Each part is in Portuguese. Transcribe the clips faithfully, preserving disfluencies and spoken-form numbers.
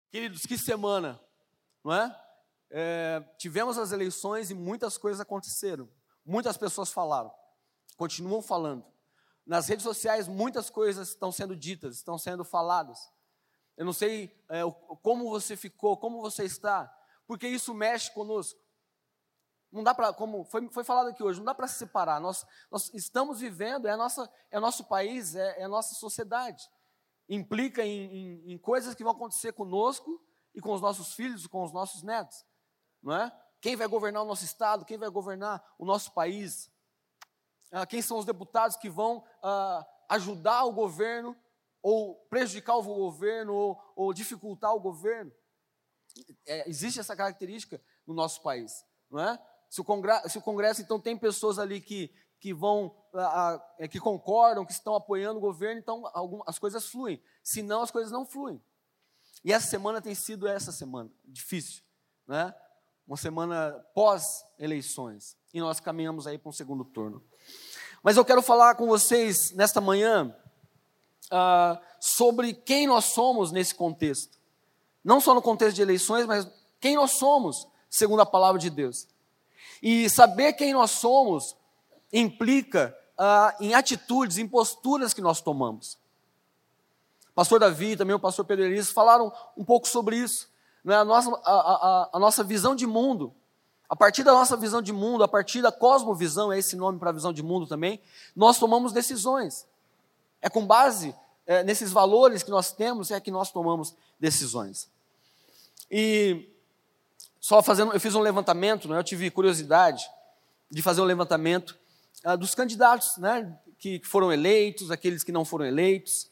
Queridos, que semana, não é? é? Tivemos as eleições e muitas coisas aconteceram. Muitas pessoas falaram, continuam falando. Nas redes sociais, muitas coisas estão sendo ditas, estão sendo faladas. Eu não sei é, como você ficou, como você está, porque isso mexe conosco. Não dá para, como foi, foi falado aqui hoje, não dá para se separar. Nós, nós estamos vivendo, é, a nossa, é o nosso país, é, é a nossa sociedade. Implica em, em, em coisas que vão acontecer conosco e com os nossos filhos, com os nossos netos. Não é? Quem vai governar o nosso estado, quem vai governar o nosso país? Ah, quem são os deputados que vão ah, ajudar o governo ou prejudicar o governo ou, ou dificultar o governo? É, existe essa característica no nosso país, não é? Se o Congresso, se o Congresso então, tem pessoas ali que, que vão, ah, ah, que concordam, que estão apoiando o governo, então algumas, as coisas fluem. Senão, as coisas não fluem. E essa semana tem sido essa semana, difícil, né? Uma semana pós-eleições. E nós caminhamos aí para um segundo turno. Mas eu quero falar com vocês, nesta manhã, ah, sobre quem nós somos nesse contexto. Não só no contexto de eleições, mas quem nós somos, segundo a palavra de Deus. E saber quem nós somos implica ah, em atitudes, em posturas que nós tomamos. O pastor Davi, também o pastor Pedro Elias falaram um pouco sobre isso. Né? A, nossa, a, a, a nossa visão de mundo, a partir da nossa visão de mundo, a partir da cosmovisão, é esse nome para a visão de mundo também, nós tomamos decisões. É com base é, nesses valores que nós temos, é que nós tomamos decisões. E só fazendo, eu fiz um levantamento, né, eu tive curiosidade de fazer um levantamento ah, dos candidatos, né, que, que foram eleitos, aqueles que não foram eleitos,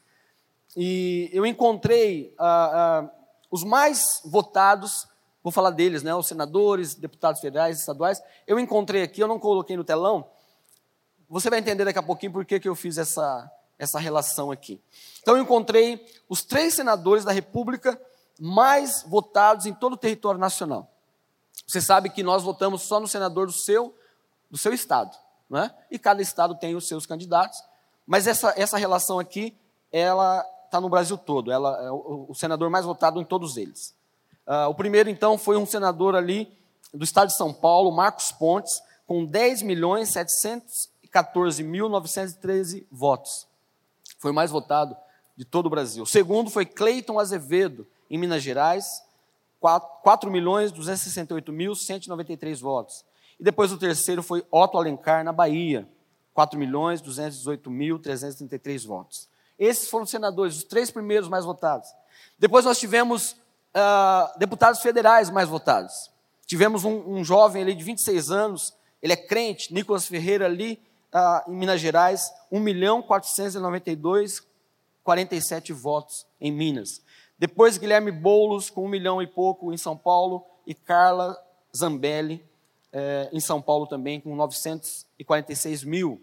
e eu encontrei ah, ah, os mais votados, vou falar deles, né, os senadores, deputados federais, estaduais, eu encontrei aqui, eu não coloquei no telão, você vai entender daqui a pouquinho por que que eu fiz essa, essa relação aqui. Então eu encontrei os três senadores da República mais votados em todo o território nacional. Você sabe que nós votamos só no senador do seu, do seu estado, não é? E cada estado tem os seus candidatos, mas essa, essa relação aqui, ela está no Brasil todo, ela é o, o senador mais votado em todos eles. Uh, o primeiro, então, foi um senador ali do estado de São Paulo, Marcos Pontes, com dez milhões setecentos e quatorze mil novecentos e treze votos. Foi o mais votado de todo o Brasil. O segundo foi Cleiton Azevedo, em Minas Gerais, quatro milhões duzentos e sessenta e oito mil cento e noventa e três votos. E depois o terceiro foi Otto Alencar, na Bahia, quatro milhões duzentos e dezoito mil trezentos e trinta e três votos. Esses foram os senadores, os três primeiros mais votados. Depois nós tivemos uh, deputados federais mais votados. Tivemos um, um jovem ali de vinte e seis anos, ele é crente, Nicolas Ferreira, ali uh, em Minas Gerais, um milhão quatrocentos e noventa e dois mil quarenta e sete votos em Minas. Depois, Guilherme Boulos, com um milhão e pouco em São Paulo, e Carla Zambelli, eh, em São Paulo também, com novecentos e quarenta e seis mil.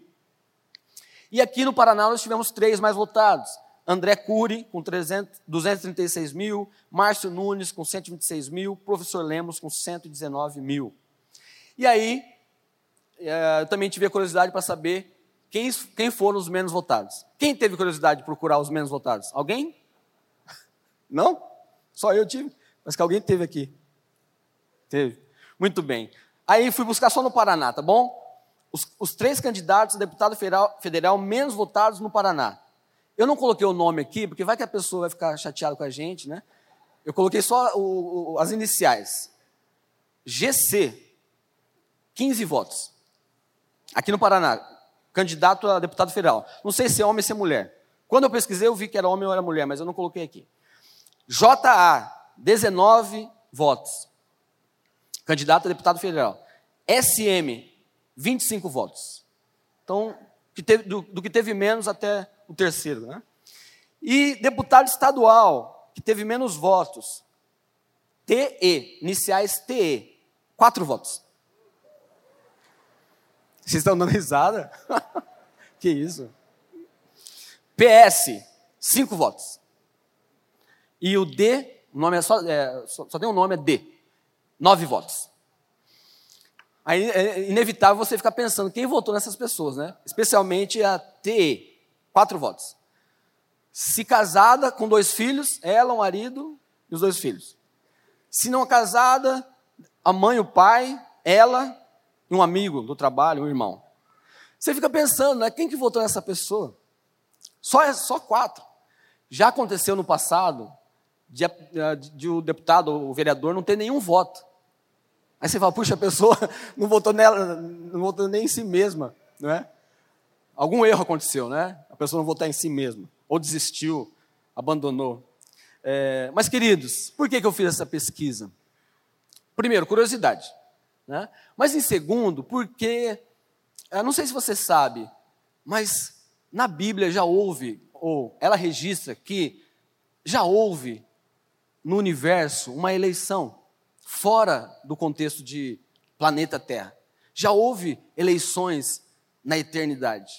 E aqui no Paraná nós tivemos três mais votados. André Cury, com trezentos, duzentos e trinta e seis mil, Márcio Nunes, com cento e vinte e seis mil, Professor Lemos, com cento e dezenove mil. E aí, eh, eu também tive a curiosidade para saber quem, quem foram os menos votados. Quem teve curiosidade de procurar os menos votados? Alguém? Não? Só eu tive? Mas que alguém teve aqui. Teve. Muito bem. Aí fui buscar só no Paraná, tá bom? Os, os três candidatos a deputado federal, federal menos votados no Paraná. Eu não coloquei o nome aqui, porque vai que a pessoa vai ficar chateada com a gente, né? Eu coloquei só o, o, as iniciais. G C, quinze votos. Aqui no Paraná, candidato a deputado federal. Não sei se é homem ou se é mulher. Quando eu pesquisei, eu vi que era homem ou era mulher, mas eu não coloquei aqui. J A, dezenove votos. Candidato a deputado federal. S M, vinte e cinco votos. Então, que teve, do, do que teve menos até o terceiro, né? E deputado estadual, que teve menos votos. T E, iniciais T E, quatro votos. Vocês estão dando risada? Que isso? P S, cinco votos. E o D, o nome é só, é, só, só tem um nome, é D, nove votos. Aí é inevitável você ficar pensando, quem votou nessas pessoas, né? Especialmente a T E, quatro votos. Se casada, com dois filhos, ela, o marido, e os dois filhos. Se não casada, a mãe, o pai, ela e um amigo do trabalho, um irmão. Você fica pensando, né? Quem que votou nessa pessoa? Só, só quatro. Já aconteceu no passado de, de, de o deputado, o vereador, não ter nenhum voto. Aí você fala, puxa, a pessoa não votou nela, não votou nem em si mesma, não é? Algum erro aconteceu, né? A pessoa não votou em si mesma, ou desistiu, abandonou. É, mas, queridos, por que, que eu fiz essa pesquisa? Primeiro, curiosidade, né? Mas em segundo, porque, eu não sei se você sabe, mas na Bíblia já houve, ou ela registra que já houve no universo uma eleição fora do contexto de planeta Terra. Já houve eleições na eternidade.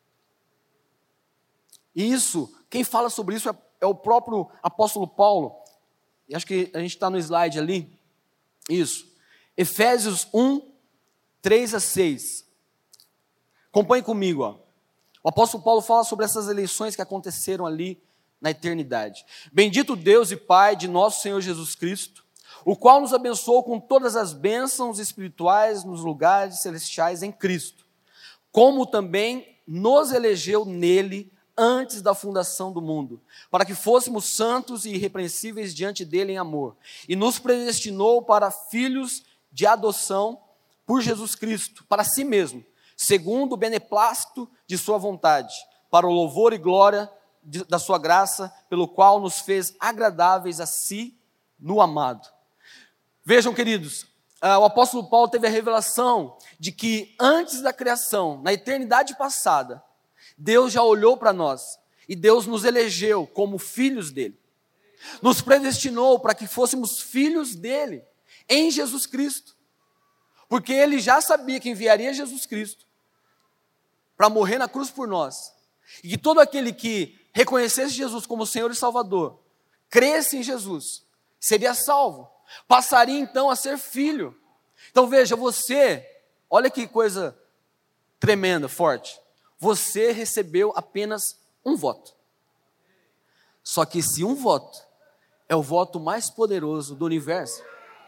E isso, quem fala sobre isso é, é o próprio apóstolo Paulo. E acho que a gente está no slide ali. Isso. Efésios um, três a seis. Acompanhe comigo, ó. O apóstolo Paulo fala sobre essas eleições que aconteceram ali na eternidade. Bendito Deus e Pai de nosso Senhor Jesus Cristo, o qual nos abençoou com todas as bênçãos espirituais nos lugares celestiais em Cristo, como também nos elegeu nele antes da fundação do mundo, para que fôssemos santos e irrepreensíveis diante dele em amor, e nos predestinou para filhos de adoção por Jesus Cristo, para si mesmo, segundo o beneplácito de sua vontade, para o louvor e glória de, da sua graça, pelo qual nos fez agradáveis a si no amado. Vejam, queridos, uh, o apóstolo Paulo teve a revelação de que antes da criação, na eternidade passada, Deus já olhou para nós e Deus nos elegeu como filhos dele. Nos predestinou para que fôssemos filhos dele em Jesus Cristo. Porque ele já sabia que enviaria Jesus Cristo para morrer na cruz por nós. E que todo aquele que reconhecesse Jesus como Senhor e Salvador, cresce em Jesus, seria salvo. Passaria então a ser filho. Então veja, você, olha que coisa tremenda, forte. Você recebeu apenas um voto. Só que esse um voto é o voto mais poderoso do universo.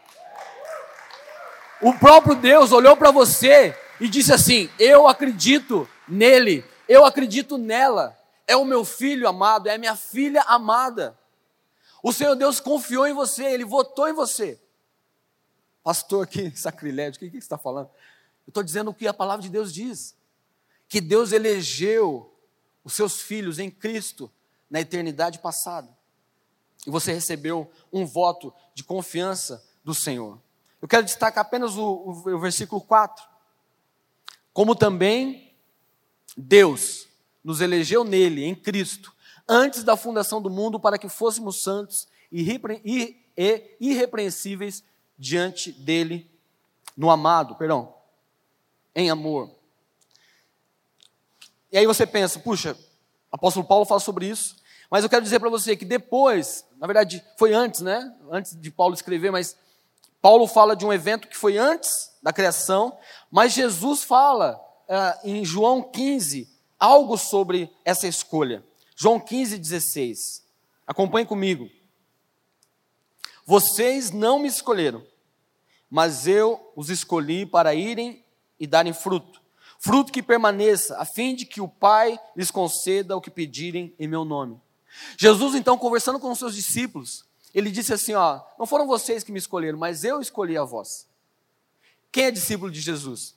O próprio Deus olhou para você e disse assim: eu acredito nele, eu acredito nela, é o meu filho amado, é a minha filha amada. O Senhor Deus confiou em você, Ele votou em você. Pastor, que sacrilégio, o que, que você está falando? Eu estou dizendo o que a palavra de Deus diz. Que Deus elegeu os seus filhos em Cristo na eternidade passada. E você recebeu um voto de confiança do Senhor. Eu quero destacar apenas o, o, o versículo quatro. Como também Deus nos elegeu nele, em Cristo, antes da fundação do mundo, para que fôssemos santos e irrepre, e irrepreensíveis diante dele, no amado, perdão, em amor. E aí você pensa, puxa, o apóstolo Paulo fala sobre isso, mas eu quero dizer para você que depois, na verdade foi antes, né? Antes de Paulo escrever, mas Paulo fala de um evento que foi antes da criação, mas Jesus fala uh, em João quinze algo sobre essa escolha. João quinze, dezesseis. Acompanhe comigo. Vocês não me escolheram, mas eu os escolhi para irem e darem fruto. Fruto que permaneça, a fim de que o Pai lhes conceda o que pedirem em meu nome. Jesus, então, conversando com os seus discípulos, ele disse assim, ó, não foram vocês que me escolheram, mas eu escolhi a vós. Quem é discípulo de Jesus?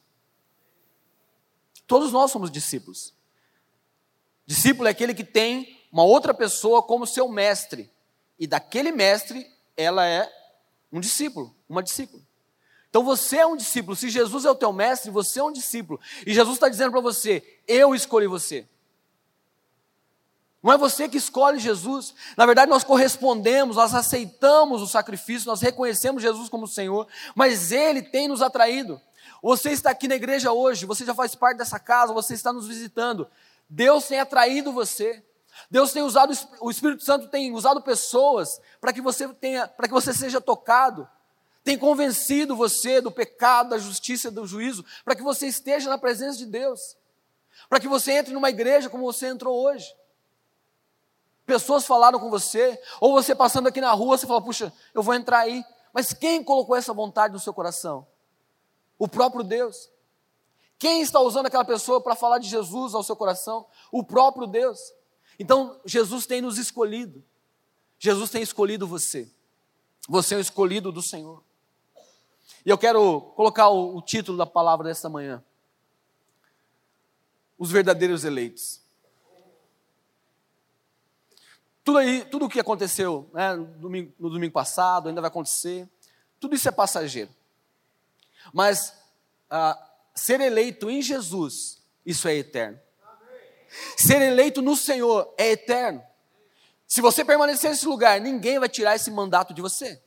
Todos nós somos discípulos. Discípulo é aquele que tem uma outra pessoa como seu mestre. E daquele mestre, ela é um discípulo, uma discípula. Então você é um discípulo. Se Jesus é o teu mestre, você é um discípulo. E Jesus está dizendo para você, eu escolhi você. Não é você que escolhe Jesus. Na verdade, nós correspondemos, nós aceitamos o sacrifício, nós reconhecemos Jesus como Senhor, mas Ele tem nos atraído. Você está aqui na igreja hoje, você já faz parte dessa casa, você está nos visitando. Deus tem atraído você. Deus tem usado, o Espírito Santo tem usado pessoas para que você tenha, para que você seja tocado. Tem convencido você do pecado, da justiça e do juízo, para que você esteja na presença de Deus. Para que você entre numa igreja como você entrou hoje. pessoas falaram com você, ou você passando aqui na rua, você fala, puxa, eu vou entrar aí. Mas quem colocou essa vontade no seu coração? O próprio Deus. Quem está usando aquela pessoa para falar de Jesus ao seu coração? O próprio Deus. Então, Jesus tem nos escolhido. Jesus tem escolhido você. Você é o escolhido do Senhor. E eu quero colocar o, o título da palavra desta manhã. Os verdadeiros eleitos. Tudo aí, tudo o que aconteceu, né, no, domingo, no domingo passado, ainda vai acontecer, tudo isso é passageiro. Mas ah, ser eleito em Jesus, isso é eterno. Ser eleito no Senhor é eterno. Se você permanecer nesse lugar, ninguém vai tirar esse mandato de você.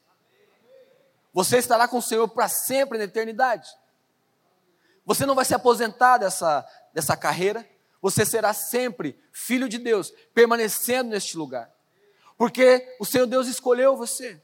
Você estará com o Senhor para sempre na eternidade. Você não vai se aposentar dessa, dessa carreira. Você será sempre filho de Deus, permanecendo neste lugar. Porque o Senhor Deus escolheu você.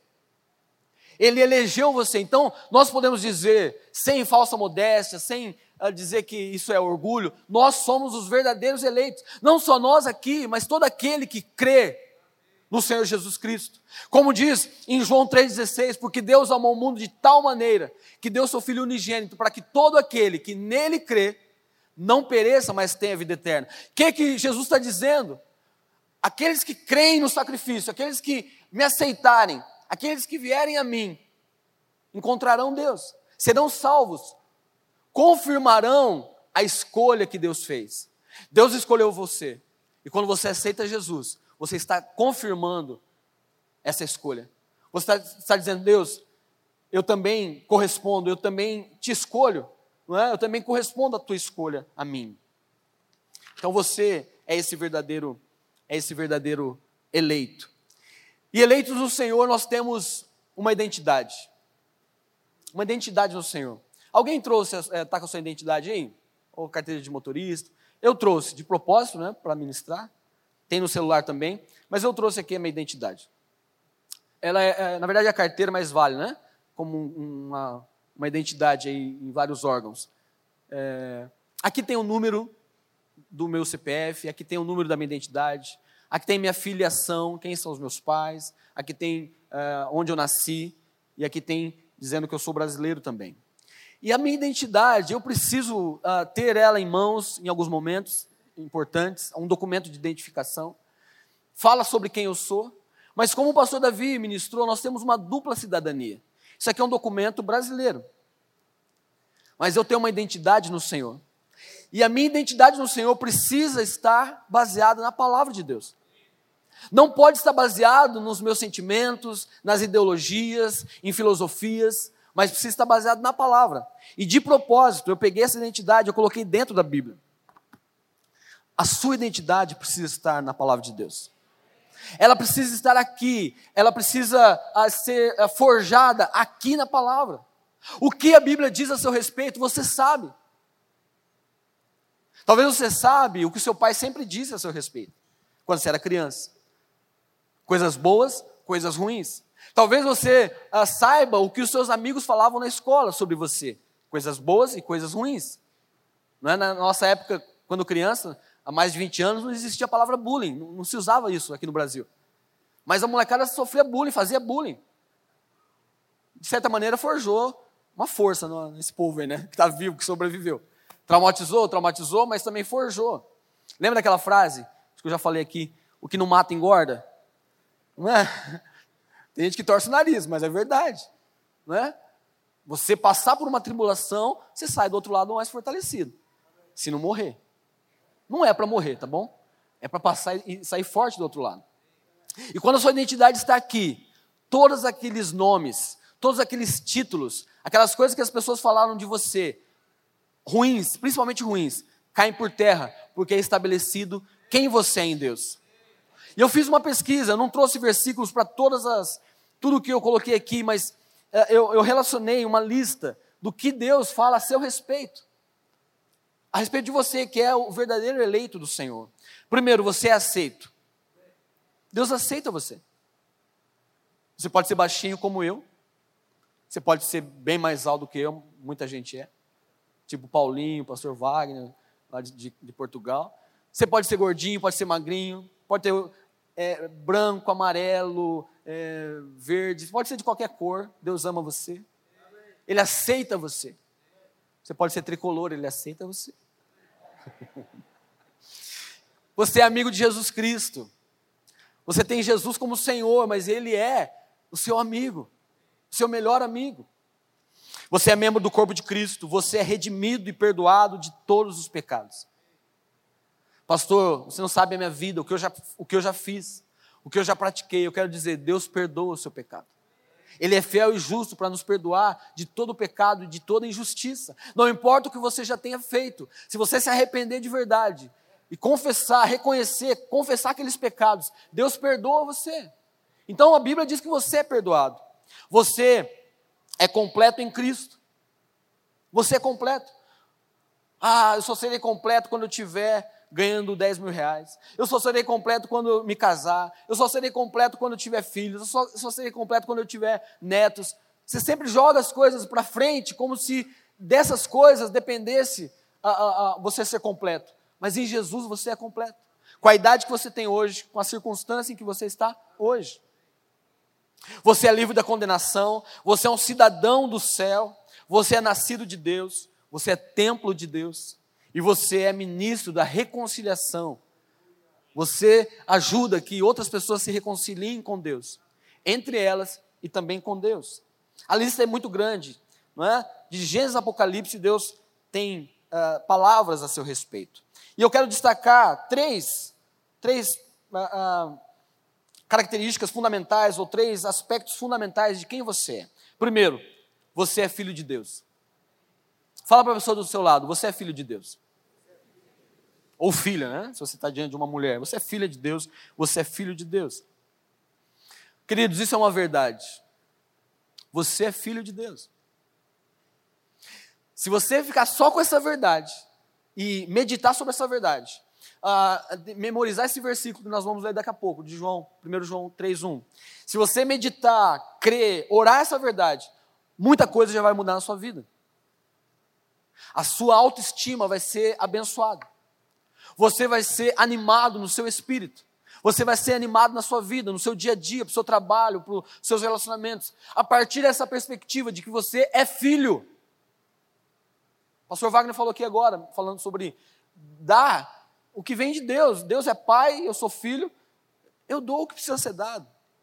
Ele elegeu você. Então, nós podemos dizer, sem falsa modéstia, sem uh, dizer que isso é orgulho, nós somos os verdadeiros eleitos. Não só nós aqui, mas todo aquele que crê no Senhor Jesus Cristo. Como diz em João três dezesseis, porque Deus amou o mundo de tal maneira, que deu seu Filho unigênito, para que todo aquele que nele crê, não pereça, mas tenha vida eterna. O que que Jesus está dizendo? Aqueles que creem no sacrifício, aqueles que me aceitarem, aqueles que vierem a mim, encontrarão Deus, serão salvos, confirmarão a escolha que Deus fez. Deus escolheu você, e quando você aceita Jesus, você está confirmando essa escolha. Você está, está dizendo, Deus, eu também correspondo, eu também te escolho, não é? Eu também correspondo à tua escolha a mim. Então você é esse verdadeiro, é esse verdadeiro eleito. E eleitos do Senhor, nós temos uma identidade. Uma identidade no Senhor. Alguém trouxe, está com a sua identidade aí? Ou carteira de motorista? Eu trouxe, de propósito, né, para ministrar. Tem no celular também, mas eu trouxe aqui a minha identidade. Ela é, é na verdade, a carteira mais vale, né? Como uma, uma identidade aí em vários órgãos. É, aqui tem o número do meu C P F, aqui tem o número da minha identidade, aqui tem minha filiação, quem são os meus pais, aqui tem é, onde eu nasci, e aqui tem dizendo que eu sou brasileiro também. E a minha identidade, eu preciso uh, ter ela em mãos em alguns momentos importantes, um documento de identificação, fala sobre quem eu sou, mas como o pastor Davi ministrou, nós temos uma dupla cidadania. Isso aqui é um documento brasileiro, mas eu tenho uma identidade no Senhor, e a minha identidade no Senhor precisa estar baseada na palavra de Deus. Não pode estar baseado nos meus sentimentos, nas ideologias, em filosofias, mas precisa estar baseado na palavra. E de propósito, eu peguei essa identidade, eu coloquei dentro da Bíblia. A sua identidade precisa estar na palavra de Deus. Ela precisa estar aqui, ela precisa a, ser a, forjada aqui na palavra. O que a Bíblia diz a seu respeito, você sabe. Talvez você sabe o que o seu pai sempre disse a seu respeito, quando você era criança. Coisas boas, coisas ruins. Talvez você ah, saiba o que os seus amigos falavam na escola sobre você. Coisas boas e coisas ruins. Não é? Na nossa época, quando criança, há mais de vinte anos, não existia a palavra bullying. Não, não se usava isso aqui no Brasil. Mas a molecada sofria bullying, fazia bullying. De certa maneira, forjou uma força nesse povo aí, né? Que está vivo, que sobreviveu. Traumatizou, traumatizou, mas também forjou. Lembra daquela frase, que eu já falei aqui, o que não mata engorda? Não é? Tem gente que torce o nariz, mas é verdade. Não é? Você passar por uma tribulação, você sai do outro lado mais fortalecido. Se não morrer. Não é para morrer, tá bom? É para passar e sair forte do outro lado. E quando a sua identidade está aqui, todos aqueles nomes, todos aqueles títulos, aquelas coisas que as pessoas falaram de você, ruins, principalmente ruins, caem por terra, porque é estabelecido quem você é em Deus. E eu fiz uma pesquisa, eu não trouxe versículos para todas as, tudo que eu coloquei aqui, mas uh, eu, eu relacionei uma lista do que Deus fala a seu respeito. A respeito de você, que é o verdadeiro eleito do Senhor. Primeiro, você é aceito. Deus aceita você. Você pode ser baixinho como eu. Você pode ser bem mais alto do que eu, muita gente é. Tipo Paulinho, pastor Wagner, lá de, de, de Portugal. Você pode ser gordinho, pode ser magrinho, pode ter é, branco, amarelo, é, verde, pode ser de qualquer cor, Deus ama você. Ele aceita você. Você pode ser tricolor, Ele aceita você. Você é amigo de Jesus Cristo. Você tem Jesus como Senhor, mas Ele é o seu amigo, o seu melhor amigo. Você é membro do corpo de Cristo, você é redimido e perdoado de todos os pecados. Pastor, você não sabe a minha vida, o que eu já, o que eu já fiz, o que eu já pratiquei. Eu quero dizer, Deus perdoa o seu pecado. Ele é fiel e justo para nos perdoar de todo o pecado e de toda injustiça. Não importa o que você já tenha feito, se você se arrepender de verdade e confessar, reconhecer, confessar aqueles pecados, Deus perdoa você. Então a Bíblia diz que você é perdoado. Você é completo em Cristo. Você é completo. Ah, eu só serei completo quando eu estiver ganhando dez mil reais. Eu só serei completo quando eu me casar. Eu só serei completo quando eu tiver filhos. Eu só, eu só serei completo quando eu tiver netos. Você sempre joga as coisas para frente, como se dessas coisas dependesse a, a, a você ser completo. Mas em Jesus você é completo. Com a idade que você tem hoje, com a circunstância em que você está hoje. Você é livre da condenação, você é um cidadão do céu, você é nascido de Deus, você é templo de Deus, e você é ministro da reconciliação. Você ajuda que outras pessoas se reconciliem com Deus, entre elas e também com Deus. A lista é muito grande, não é? De Gênesis a Apocalipse, Deus tem uh, palavras a seu respeito. E eu quero destacar três, três uh, uh, características fundamentais, ou três aspectos fundamentais de quem você é. Primeiro, você é filho de Deus. Fala para a pessoa do seu lado, você é filho de Deus. Ou filha, né? Se você está diante de uma mulher, você é filha de Deus, você é filho de Deus. Queridos, isso é uma verdade. Você é filho de Deus. Se você ficar só com essa verdade, e meditar sobre essa verdade, Uh, memorizar esse versículo que nós vamos ler daqui a pouco, de João, primeiro João três, um. Se você meditar, crer, orar essa verdade, muita coisa já vai mudar na sua vida. A sua autoestima vai ser abençoada. Você vai ser animado no seu espírito. Você vai ser animado na sua vida, no seu dia a dia, para o seu trabalho, para os seus relacionamentos. A partir dessa perspectiva de que você é filho. O pastor Wagner falou aqui agora, falando sobre dar o que vem de Deus. Deus é pai, eu sou filho, eu dou o que precisa ser dado.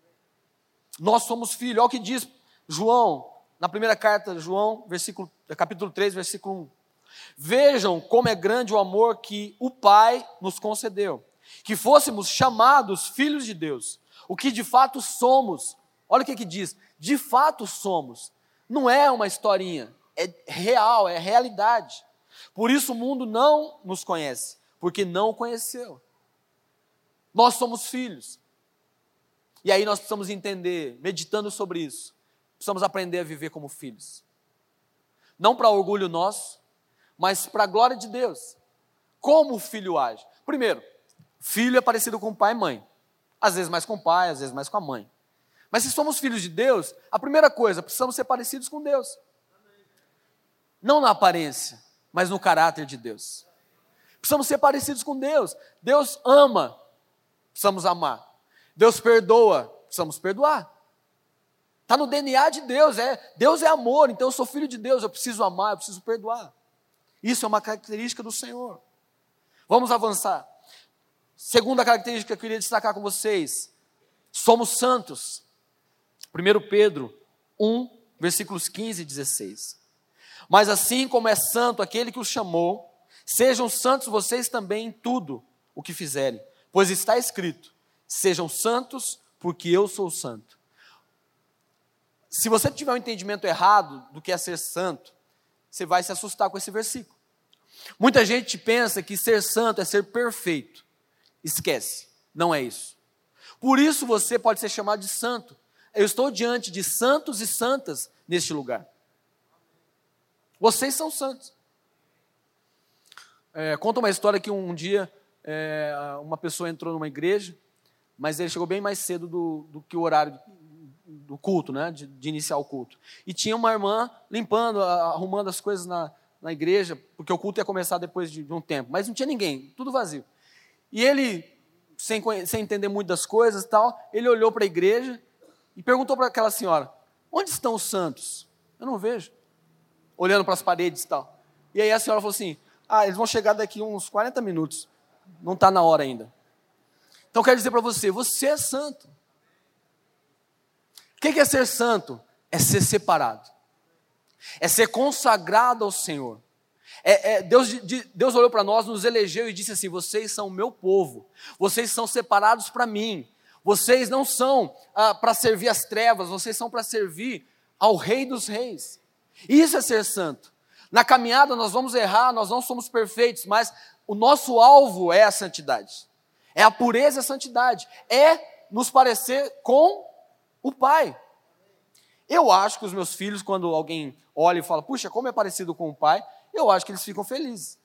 Nós somos filhos. Olha o que diz João, na primeira carta de João, versículo, capítulo três, versículo um. Vejam como é grande o amor que o Pai nos concedeu, que fôssemos chamados filhos de Deus, o que de fato somos. Olha o que, que diz, de fato somos. Não é uma historinha, é real, é realidade. Por isso o mundo não nos conhece, porque não o conheceu. Nós somos filhos. E aí nós precisamos entender, meditando sobre isso, precisamos aprender a viver como filhos. Não para orgulho nosso, mas para a glória de Deus. Como o filho age? Primeiro, filho é parecido com pai e mãe. Às vezes mais com o pai, às vezes mais com a mãe. Mas se somos filhos de Deus, a primeira coisa, precisamos ser parecidos com Deus. Não na aparência, mas no caráter de Deus. Precisamos ser parecidos com Deus. Deus ama, precisamos amar. Deus perdoa, precisamos perdoar. Está no D N A de Deus, é, Deus é amor, então eu sou filho de Deus, eu preciso amar, eu preciso perdoar. Isso é uma característica do Senhor. Vamos avançar. Segunda característica que eu queria destacar com vocês, somos santos. primeiro Pedro um, versículos quinze e dezesseis. Mas assim como é santo aquele que os chamou, sejam santos vocês também em tudo o que fizerem, pois está escrito, sejam santos porque eu sou santo. Se você tiver um entendimento errado do que é ser santo, você vai se assustar com esse versículo. Muita gente pensa que ser santo é ser perfeito. Esquece, não é isso. Por isso você pode ser chamado de santo. Eu estou diante de santos e santas neste lugar. Vocês são santos. É, conta uma história que um, um dia é, uma pessoa entrou numa igreja, mas ele chegou bem mais cedo do, do que o horário do culto, né, de, de iniciar o culto. E tinha uma irmã limpando, arrumando as coisas na, na igreja, porque o culto ia começar depois de, de um tempo, mas não tinha ninguém, tudo vazio. E ele sem, sem entender muito das coisas e tal, ele olhou para a igreja e perguntou para aquela senhora, onde estão os santos? Eu não vejo. Olhando para as paredes e tal. E aí a senhora falou assim, ah, eles vão chegar daqui uns quarenta minutos, não está na hora ainda. Então eu quero dizer para você, você é santo. O que é ser santo? É ser separado. É ser consagrado ao Senhor. É, é, Deus, de, Deus olhou para nós, nos elegeu e disse assim, vocês são o meu povo, vocês são separados para mim, vocês não são ah, para servir as trevas, vocês são para servir ao Rei dos Reis. Isso é ser santo. Na caminhada nós vamos errar, nós não somos perfeitos, mas o nosso alvo é a santidade. É a pureza e a santidade. É nos parecer com o Pai. Eu acho que os meus filhos, quando alguém olha e fala, puxa, como é parecido com o Pai, eu acho que eles ficam felizes.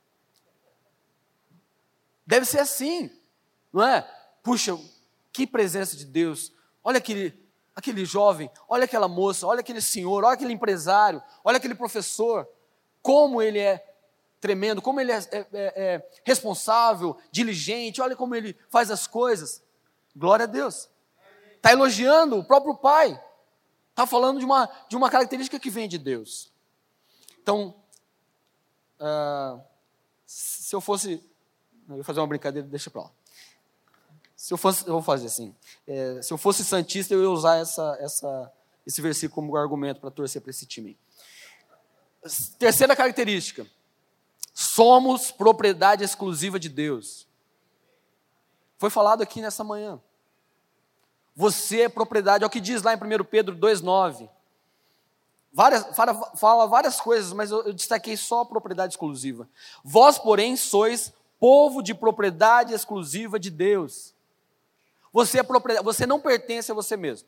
Deve ser assim, não é? Puxa, que presença de Deus. Olha aquele, aquele jovem, olha aquela moça, olha aquele senhor, olha aquele empresário, olha aquele professor. Como ele é tremendo, como ele é, é, é, é responsável, diligente, olha como ele faz as coisas. Glória a Deus. Está elogiando o próprio Pai. Está falando de uma, de uma característica que vem de Deus. Então, uh, se eu fosse... Eu ia fazer uma brincadeira, deixa para lá. Se eu fosse, eu vou fazer assim. É, se eu fosse santista, eu ia usar essa, essa, esse versículo como argumento para torcer para esse time. Terceira característica. Somos propriedade exclusiva de Deus. Foi falado aqui nessa manhã. Você é propriedade, é o que diz lá em primeiro Pedro dois, nove. Várias, fala, fala várias coisas, mas eu, eu destaquei só a propriedade exclusiva. Vós, porém, sois povo de propriedade exclusiva de Deus. Você é propriedade, você não pertence a você mesmo.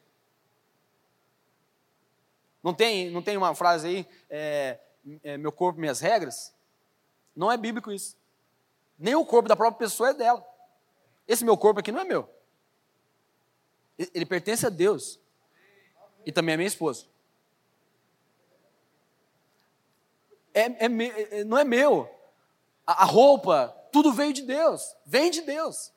Não tem, não tem uma frase aí, é, é, meu corpo, minhas regras? Não é bíblico isso. Nem o corpo da própria pessoa é dela. Esse meu corpo aqui não é meu. Ele pertence a Deus. E também a minha esposa. É, é, não é meu. A, a roupa, tudo veio de Deus. Vem de Deus.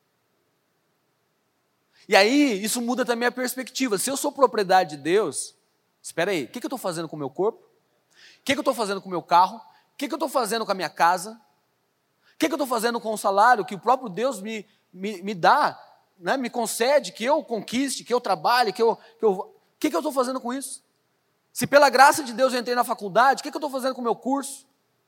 E aí, isso muda também a perspectiva. Se eu sou propriedade de Deus, espera aí, o que, que eu estou fazendo com o meu corpo? O que, que eu estou fazendo com o meu carro? O que, que eu estou fazendo com a minha casa? O que, que eu estou fazendo com o salário que o próprio Deus me, me, me dá, né, me concede, que eu conquiste, que eu trabalhe, que eu... Que eu o que, que eu estou fazendo com isso? Se pela graça de Deus eu entrei na faculdade, o que, que eu estou fazendo com o meu curso?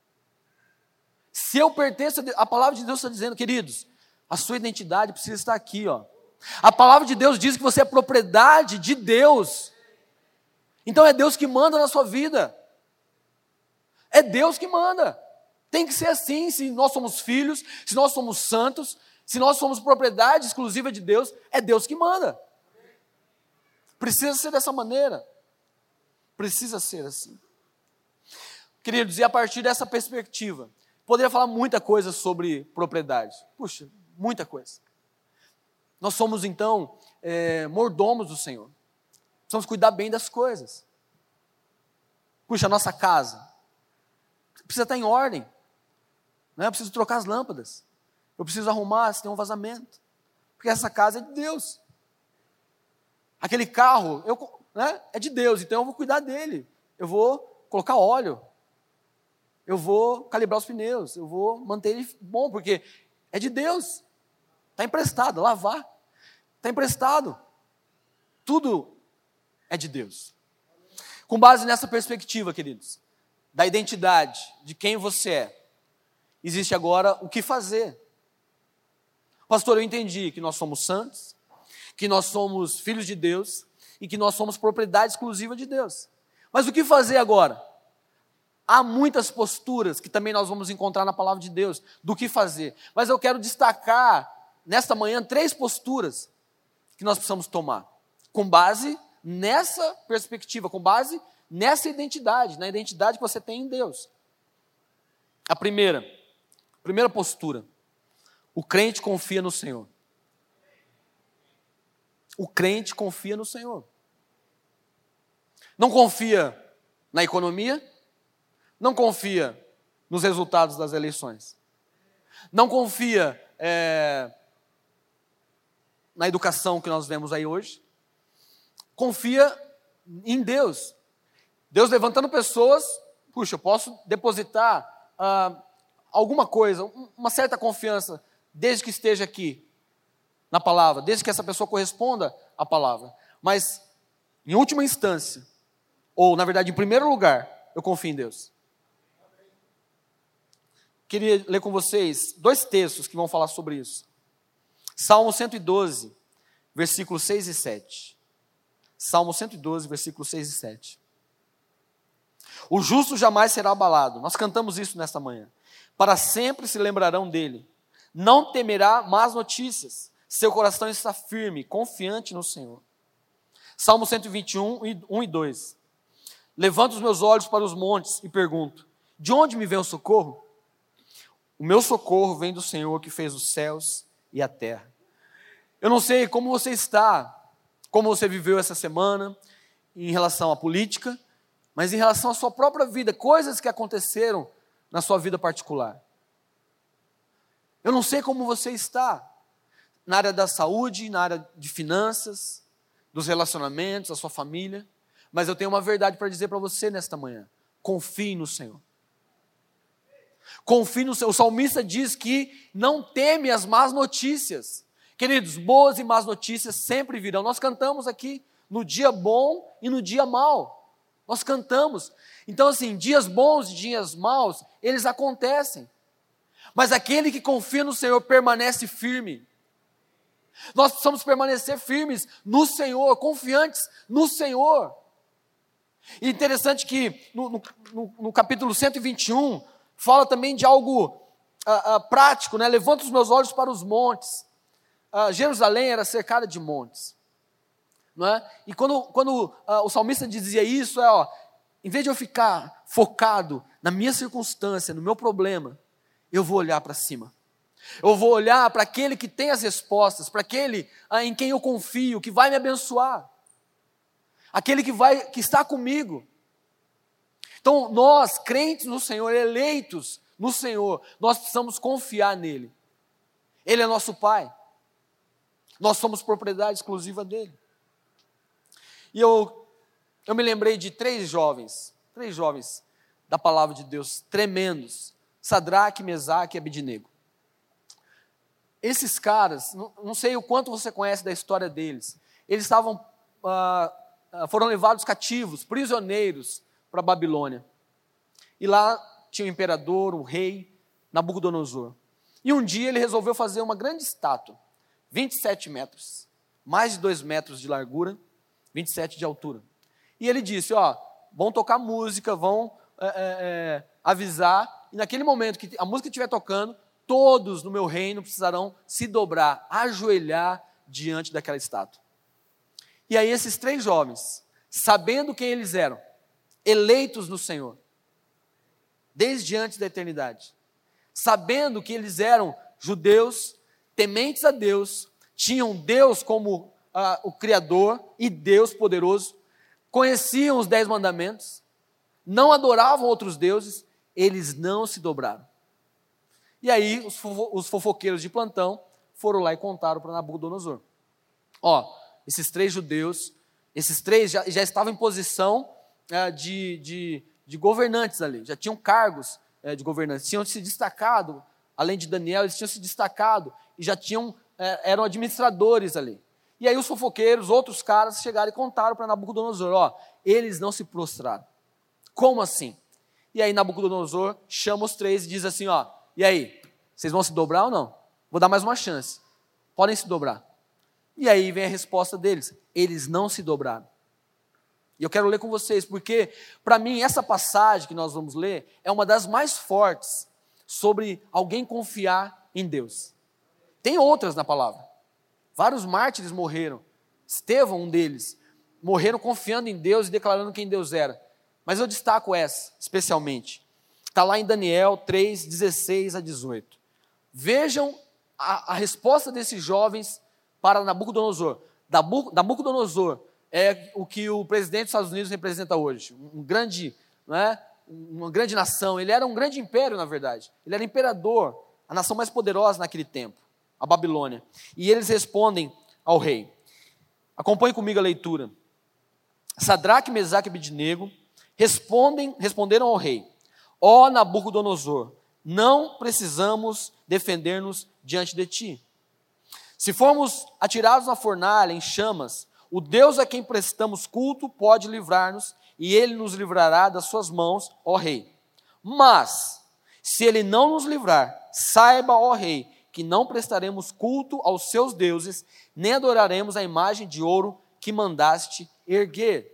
Se eu pertenço, a, a palavra de Deus está dizendo, queridos, a sua identidade precisa estar aqui, ó. A palavra de Deus diz que você é propriedade de Deus. Então é Deus que manda na sua vida. É Deus que manda. Tem que ser assim, se nós somos filhos, se nós somos santos, se nós somos propriedade exclusiva de Deus, é Deus que manda. Precisa ser dessa maneira. Precisa ser assim. Queridos, e a partir dessa perspectiva, poderia falar muita coisa sobre propriedade. Puxa, muita coisa. Nós somos, então, é, mordomos do Senhor. Precisamos cuidar bem das coisas. Puxa, a nossa casa precisa estar em ordem. Né? Eu preciso trocar as lâmpadas. Eu preciso arrumar se tem um vazamento. Porque essa casa é de Deus. Aquele carro eu, né, é de Deus, então eu vou cuidar dele. Eu vou colocar óleo. Eu vou calibrar os pneus. Eu vou manter ele bom, porque é de Deus. Está emprestado, lavar. Está emprestado. Tudo é de Deus. Com base nessa perspectiva, queridos, da identidade, de quem você é, existe agora o que fazer. Pastor, eu entendi que nós somos santos, que nós somos filhos de Deus e que nós somos propriedade exclusiva de Deus. Mas o que fazer agora? Há muitas posturas que também nós vamos encontrar na palavra de Deus do que fazer. Mas eu quero destacar nesta manhã três posturas que nós precisamos tomar, com base nessa perspectiva, com base nessa identidade, na identidade que você tem em Deus. A primeira, a primeira postura, o crente confia no Senhor. O crente confia no Senhor. Não confia na economia, não confia nos resultados das eleições, não confia é, na educação que nós vemos aí hoje. Confia em Deus. Deus levantando pessoas, puxa, eu posso depositar ah, alguma coisa, uma certa confiança, desde que esteja aqui na palavra, desde que essa pessoa corresponda à palavra. Mas, em última instância, ou na verdade, em primeiro lugar, eu confio em Deus. Queria ler com vocês dois textos que vão falar sobre isso. Salmo cento e doze, versículos seis e sete. Salmo cento e doze, versículos seis e sete. O justo jamais será abalado. Nós cantamos isso nesta manhã. Para sempre se lembrarão dele. Não temerá más notícias. Seu coração está firme, confiante no Senhor. Salmo cento e vinte e um, um e dois. Levanto os meus olhos para os montes e pergunto: de onde me vem o socorro? O meu socorro vem do Senhor que fez os céus e a terra. Eu não sei como você está, como você viveu essa semana em relação à política, mas em relação à sua própria vida, coisas que aconteceram na sua vida particular. Eu não sei como você está na área da saúde, na área de finanças, dos relacionamentos, da sua família, mas eu tenho uma verdade para dizer para você nesta manhã: confie no Senhor. Confie no Senhor. O salmista diz que não teme as más notícias. Queridos, boas e más notícias sempre virão. Nós cantamos aqui no dia bom e no dia mau. Nós cantamos. Então, assim, dias bons e dias maus, eles acontecem. Mas aquele que confia no Senhor permanece firme. Nós precisamos permanecer firmes no Senhor, confiantes no Senhor. E interessante que no, no, no capítulo cento e vinte e um, fala também de algo ah, ah, prático, né? Levanto os meus olhos para os montes. Ah, Jerusalém era cercada de montes. Não é? E quando, quando ah, o salmista dizia isso, é, ó, em vez de eu ficar focado na minha circunstância, no meu problema, eu vou olhar para cima. Eu vou olhar para aquele que tem as respostas, para aquele ah, em quem eu confio, que vai me abençoar. Aquele que, vai, que está comigo. Então, nós, crentes no Senhor, eleitos no Senhor, nós precisamos confiar nele. Ele é nosso Pai. Nós somos propriedade exclusiva dele. E eu, eu me lembrei de três jovens, três jovens da palavra de Deus, tremendos. Sadraque, Mesaque e Abednego. Esses caras, não, não sei o quanto você conhece da história deles, eles estavam, ah, foram levados cativos, prisioneiros, para a Babilônia. E lá tinha o imperador, o rei, Nabucodonosor. E um dia ele resolveu fazer uma grande estátua, vinte e sete metros, mais de dois metros de largura, vinte e sete de altura. E ele disse, ó, vão tocar música, vão é, é, avisar, e naquele momento que a música estiver tocando, todos no meu reino precisarão se dobrar, ajoelhar diante daquela estátua. E aí esses três jovens, sabendo quem eles eram, eleitos no Senhor, desde antes da eternidade, sabendo que eles eram judeus, tementes a Deus, tinham Deus como ah, o Criador e Deus poderoso, conheciam os dez mandamentos, não adoravam outros deuses, eles não se dobraram. E aí os, fofo, os fofoqueiros de plantão foram lá e contaram para Nabucodonosor. Ó, esses três judeus, esses três já, já estavam em posição é, de, de, de governantes ali, já tinham cargos é, de governantes, tinham se destacado, além de Daniel, eles tinham se destacado e já tinham, é, eram administradores ali. E aí os fofoqueiros, outros caras, chegaram e contaram para Nabucodonosor, ó, eles não se prostraram. Como assim? E aí Nabucodonosor chama os três e diz assim, ó, e aí, vocês vão se dobrar ou não? Vou dar mais uma chance. Podem se dobrar. E aí vem a resposta deles, eles não se dobraram. E eu quero ler com vocês, porque para mim essa passagem que nós vamos ler é uma das mais fortes sobre alguém confiar em Deus. Tem outras na palavra. Vários mártires morreram. Estevão, um deles, morreram confiando em Deus e declarando quem Deus era. Mas eu destaco essa, especialmente. Está lá em Daniel três, dezesseis a dezoito. Vejam a, a resposta desses jovens para Nabucodonosor. Nabucodonosor é o que o presidente dos Estados Unidos representa hoje. Um grande, não é? Uma grande nação. Ele era um grande império, na verdade. Ele era imperador, a nação mais poderosa naquele tempo, a Babilônia. E eles respondem ao rei. Acompanhe comigo a leitura. Sadraque, Mesaque e Abednego respondem, responderam ao rei: ó Nabucodonosor, não precisamos defender-nos diante de ti. Se formos atirados na fornalha em chamas, o Deus a quem prestamos culto pode livrar-nos, e ele nos livrará das suas mãos, ó rei. Mas, se ele não nos livrar, saiba, ó rei, que não prestaremos culto aos seus deuses, nem adoraremos a imagem de ouro que mandaste erguer.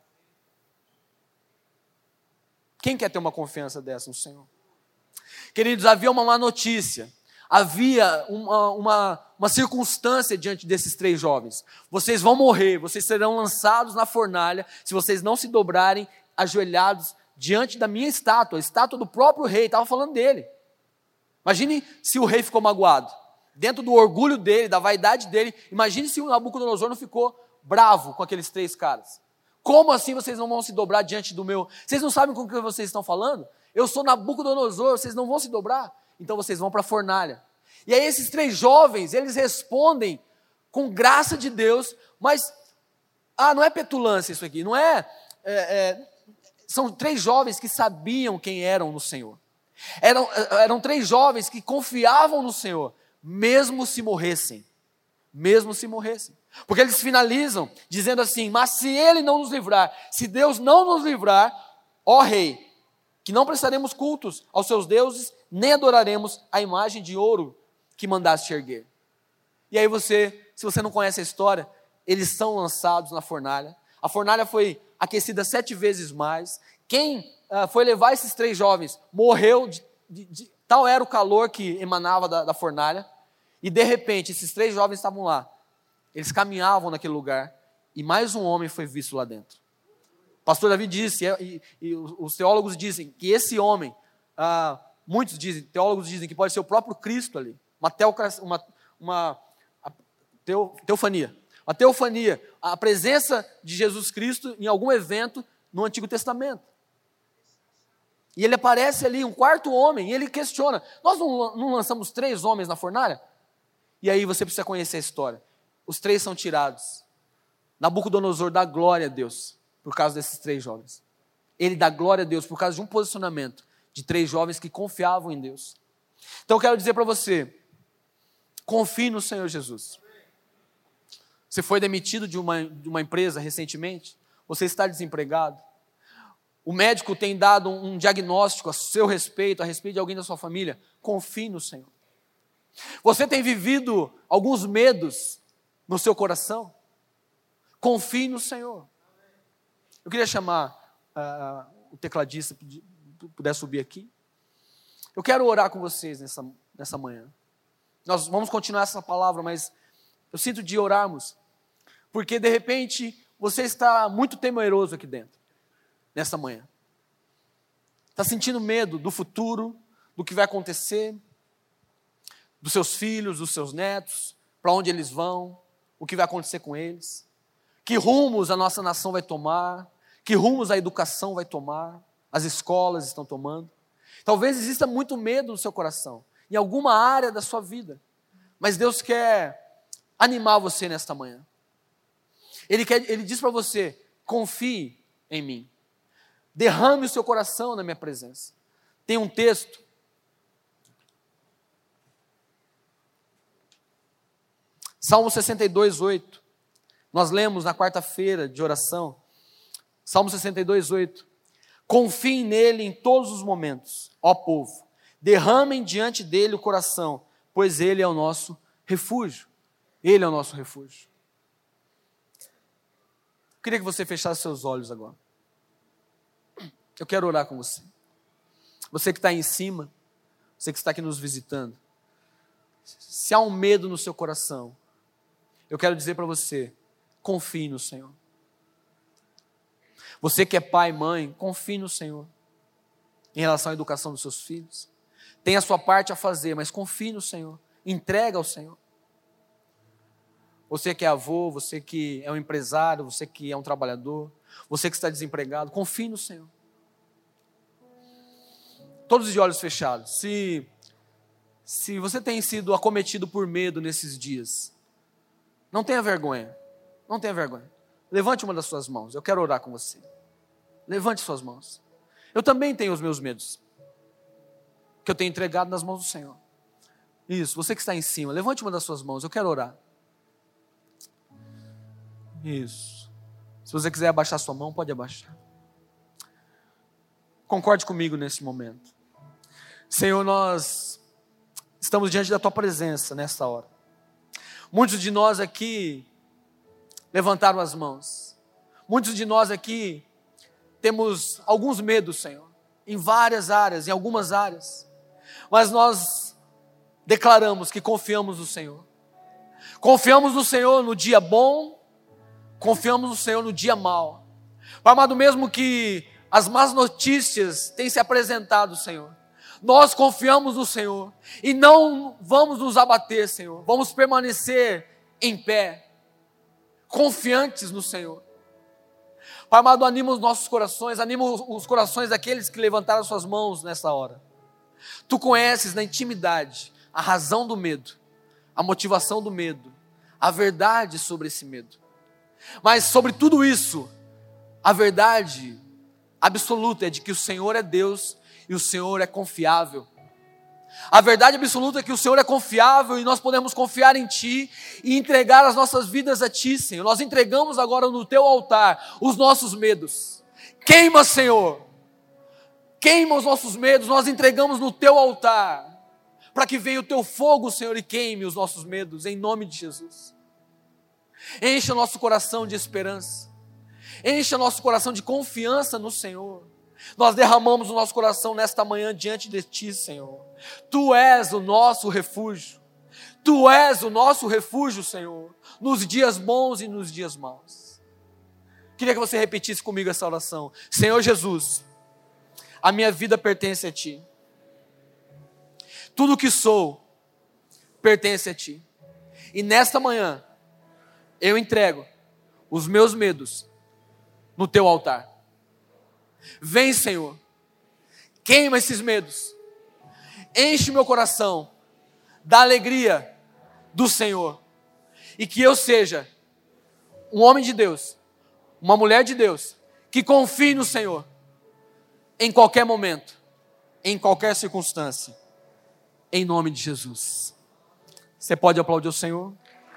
Quem quer ter uma confiança dessa no Senhor? Queridos, havia uma má notícia, havia uma, uma, uma circunstância diante desses três jovens. Vocês vão morrer, vocês serão lançados na fornalha, se vocês não se dobrarem ajoelhados diante da minha estátua, a estátua do próprio rei, estava falando dele. Imagine se o rei ficou magoado, dentro do orgulho dele, da vaidade dele, imagine se o Nabucodonosor não ficou bravo com aqueles três caras. Como assim vocês não vão se dobrar diante do meu? Vocês não sabem com o que vocês estão falando? Eu sou Nabucodonosor, vocês não vão se dobrar? Então vocês vão para a fornalha. E aí esses três jovens, eles respondem com graça de Deus, mas, ah, não é petulância isso aqui, não é, é, é são três jovens que sabiam quem eram no Senhor. Eram, eram três jovens que confiavam no Senhor, mesmo se morressem, mesmo se morressem. Porque eles finalizam dizendo assim: mas se ele não nos livrar, se Deus não nos livrar, ó rei, que não prestaremos cultos aos seus deuses, nem adoraremos a imagem de ouro que mandaste erguer. E aí você, se você não conhece a história, eles são lançados na fornalha. A fornalha foi aquecida sete vezes mais. Quem uh, foi levar esses três jovens morreu, de, de, de, tal era o calor que emanava da, da fornalha. E de repente, esses três jovens estavam lá. Eles caminhavam naquele lugar e mais um homem foi visto lá dentro. O pastor Davi disse, e, e, e os teólogos dizem que esse homem, ah, muitos dizem, teólogos dizem que pode ser o próprio Cristo ali, uma, teocracia, uma, uma teo, teofania, uma teofania, a presença de Jesus Cristo em algum evento no Antigo Testamento. E ele aparece ali, um quarto homem, e ele questiona: nós não, não lançamos três homens na fornalha? E aí você precisa conhecer a história. Os três são tirados. Nabucodonosor dá glória a Deus por causa desses três jovens. Ele dá glória a Deus por causa de um posicionamento de três jovens que confiavam em Deus. Então eu quero dizer para você, confie no Senhor Jesus. Você foi demitido de uma, de uma empresa recentemente? Você está desempregado? O médico tem dado um diagnóstico a seu respeito, a respeito de alguém da sua família? Confie no Senhor. Você tem vivido alguns medos no seu coração? Confie no Senhor. Eu queria chamar uh, o tecladista, puder subir aqui. Eu quero orar com vocês nessa, nessa manhã. Nós vamos continuar essa palavra, mas eu sinto de orarmos, porque de repente você está muito temeroso aqui dentro, nessa manhã. Está sentindo medo do futuro, do que vai acontecer, dos seus filhos, dos seus netos, para onde eles vão, o que vai acontecer com eles, que rumos a nossa nação vai tomar, que rumos a educação vai tomar, as escolas estão tomando. Talvez exista muito medo no seu coração, em alguma área da sua vida, mas Deus quer animar você nesta manhã. Ele, quer, ele diz para você: confie em mim, derrame o seu coração na minha presença. Tem um texto, Salmo sessenta e dois, oito, nós lemos na quarta-feira de oração, Salmo sessenta e dois, oito, confiem nele em todos os momentos, ó povo, derramem diante dele o coração, pois ele é o nosso refúgio, ele é o nosso refúgio. Eu queria que você fechasse seus olhos agora. Eu quero orar com você. Você que está aí em cima, você que está aqui nos visitando, se há um medo no seu coração, eu quero dizer para você, confie no Senhor. Você que é pai e mãe, confie no Senhor, em relação à educação dos seus filhos. Tem a sua parte a fazer, mas confie no Senhor, entrega ao Senhor. Você que é avô, você que é um empresário, você que é um trabalhador, você que está desempregado, confie no Senhor. Todos de olhos fechados. Se, se você tem sido acometido por medo nesses dias, Não tenha vergonha. Não tenha vergonha. Levante uma das suas mãos. Eu quero orar com você. Levante suas mãos. Eu também tenho os meus medos, que eu tenho entregado nas mãos do Senhor. Isso, você que está em cima, levante uma das suas mãos. Eu quero orar. Isso. Se você quiser abaixar sua mão, pode abaixar. Concorde comigo nesse momento. Senhor, nós estamos diante da Tua presença nesta hora. Muitos de nós aqui levantaram as mãos. Muitos de nós aqui temos alguns medos, Senhor, em várias áreas, em algumas áreas. Mas nós declaramos que confiamos no Senhor. Confiamos no Senhor no dia bom, confiamos no Senhor no dia mau. Pai amado, mesmo que as más notícias tenham se apresentado, Senhor, nós confiamos no Senhor e não vamos nos abater, Senhor. Vamos permanecer em pé, confiantes no Senhor. Pai amado, anima os nossos corações, anima os corações daqueles que levantaram suas mãos nessa hora. Tu conheces na intimidade a razão do medo, a motivação do medo, a verdade sobre esse medo. Mas sobre tudo isso, a verdade absoluta é de que o Senhor é Deus e o Senhor é confiável. A verdade absoluta é que o Senhor é confiável e nós podemos confiar em Ti e entregar as nossas vidas a Ti, Senhor. Nós entregamos agora no Teu altar os nossos medos. Queima, Senhor. Queima os nossos medos, nós entregamos no Teu altar, para que venha o Teu fogo, Senhor, e queime os nossos medos, em nome de Jesus. Encha o nosso coração de esperança. Encha o nosso coração de confiança no Senhor. Nós derramamos o nosso coração nesta manhã diante de Ti, Senhor. Tu és o nosso refúgio. Tu és o nosso refúgio, Senhor, nos dias bons e nos dias maus. Queria que você repetisse comigo essa oração. Senhor Jesus, a minha vida pertence a Ti. Tudo que sou pertence a Ti. E nesta manhã, eu entrego os meus medos no Teu altar. Vem, Senhor, queima esses medos, enche meu coração da alegria do Senhor, e que eu seja um homem de Deus, uma mulher de Deus, que confie no Senhor, em qualquer momento, em qualquer circunstância, em nome de Jesus. Você pode aplaudir o Senhor?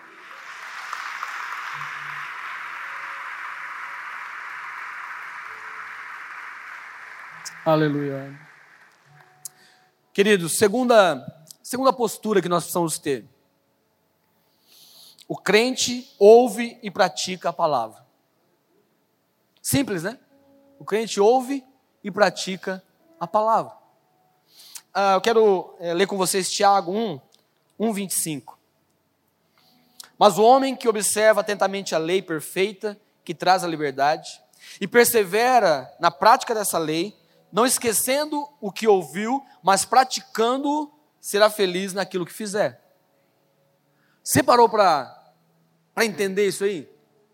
Aleluia. Queridos, segunda, segunda postura que nós precisamos ter. O crente ouve e pratica a palavra. Simples, né? O crente ouve e pratica a palavra. Ah, eu quero é, ler com vocês Tiago um, um, vinte e cinco. Mas o homem que observa atentamente a lei perfeita, que traz a liberdade, e persevera na prática dessa lei, não esquecendo o que ouviu, mas praticando, será feliz naquilo que fizer. Você parou para entender isso aí?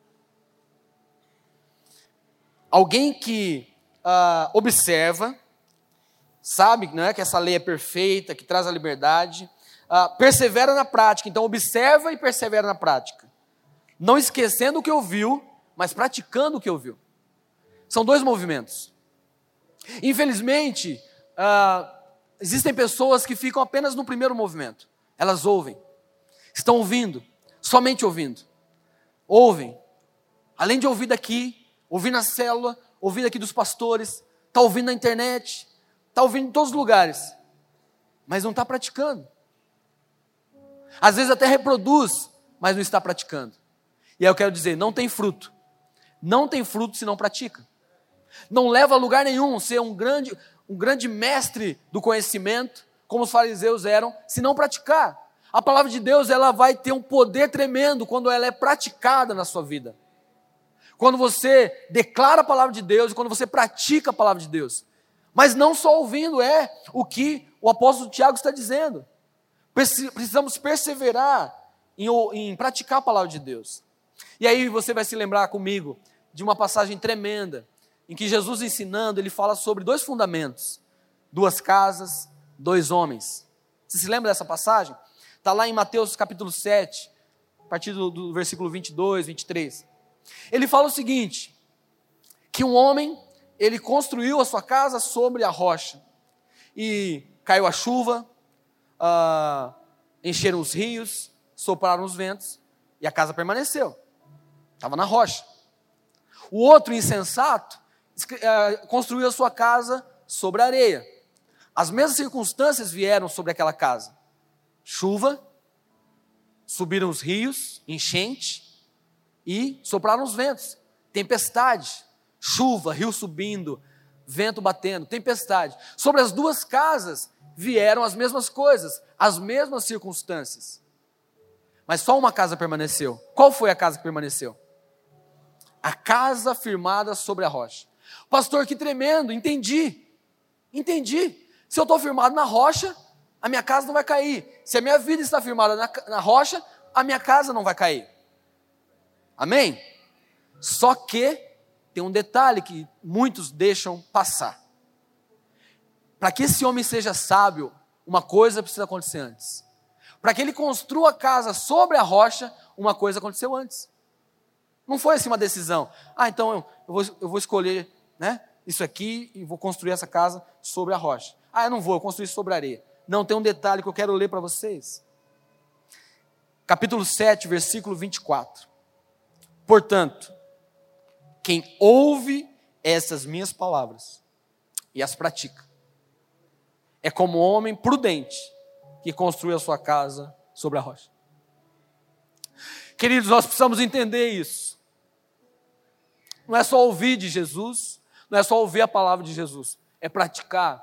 Alguém que ah, observa, sabe, não é, que essa lei é perfeita, que traz a liberdade, ah, persevera na prática. Então observa e persevera na prática, não esquecendo o que ouviu, mas praticando o que ouviu. São dois movimentos. Infelizmente, ah, existem pessoas que ficam apenas no primeiro movimento. Elas ouvem, estão ouvindo, somente ouvindo. Ouvem, além de ouvir daqui, ouvir na célula, ouvir daqui dos pastores, está ouvindo na internet, está ouvindo em todos os lugares, mas não está praticando. Às vezes até reproduz, mas não está praticando. E aí eu quero dizer, não tem fruto. Não tem fruto se não pratica. Não leva a lugar nenhum ser um grande, um grande mestre do conhecimento, como os fariseus eram, se não praticar. A palavra de Deus, ela vai ter um poder tremendo quando ela é praticada na sua vida. Quando você declara a palavra de Deus e quando você pratica a palavra de Deus. Mas não só ouvindo, é o que o apóstolo Tiago está dizendo. Precisamos perseverar em, em praticar a palavra de Deus. E aí você vai se lembrar comigo de uma passagem tremenda, em que Jesus ensinando, ele fala sobre dois fundamentos, duas casas, dois homens. Você se lembra dessa passagem? Está lá em Mateus capítulo sete, a partir do, do versículo vinte e dois, vinte e três. Ele fala o seguinte, que um homem, ele construiu a sua casa sobre a rocha, e caiu a chuva, uh, encheram os rios, sopraram os ventos, e a casa permaneceu, estava na rocha. O outro insensato uh, construiu a sua casa sobre a areia. As mesmas circunstâncias vieram sobre aquela casa, chuva, subiram os rios, enchente, e sopraram os ventos, tempestade, chuva, rio subindo, vento batendo, tempestade. Sobre as duas casas vieram as mesmas coisas, as mesmas circunstâncias. Mas só uma casa permaneceu. Qual foi a casa que permaneceu? A casa firmada sobre a rocha. Pastor, que tremendo, entendi. Entendi. Se eu estou firmado na rocha, a minha casa não vai cair. Se a minha vida está firmada na, na rocha, a minha casa não vai cair. Amém? Só que tem um detalhe que muitos deixam passar. Para que esse homem seja sábio, uma coisa precisa acontecer antes. Para que ele construa a casa sobre a rocha, uma coisa aconteceu antes. Não foi assim uma decisão. Ah, então eu, eu, vou, eu vou escolher, né, isso aqui e vou construir essa casa sobre a rocha. Ah, eu não vou, eu construir sobre a areia. Não, tem um detalhe que eu quero ler para vocês. Capítulo sete, versículo vinte e quatro. Portanto, quem ouve essas minhas palavras e as pratica, é como um homem prudente que construiu a sua casa sobre a rocha. Queridos, nós precisamos entender isso. Não é só ouvir de Jesus, não é só ouvir a palavra de Jesus, é praticar.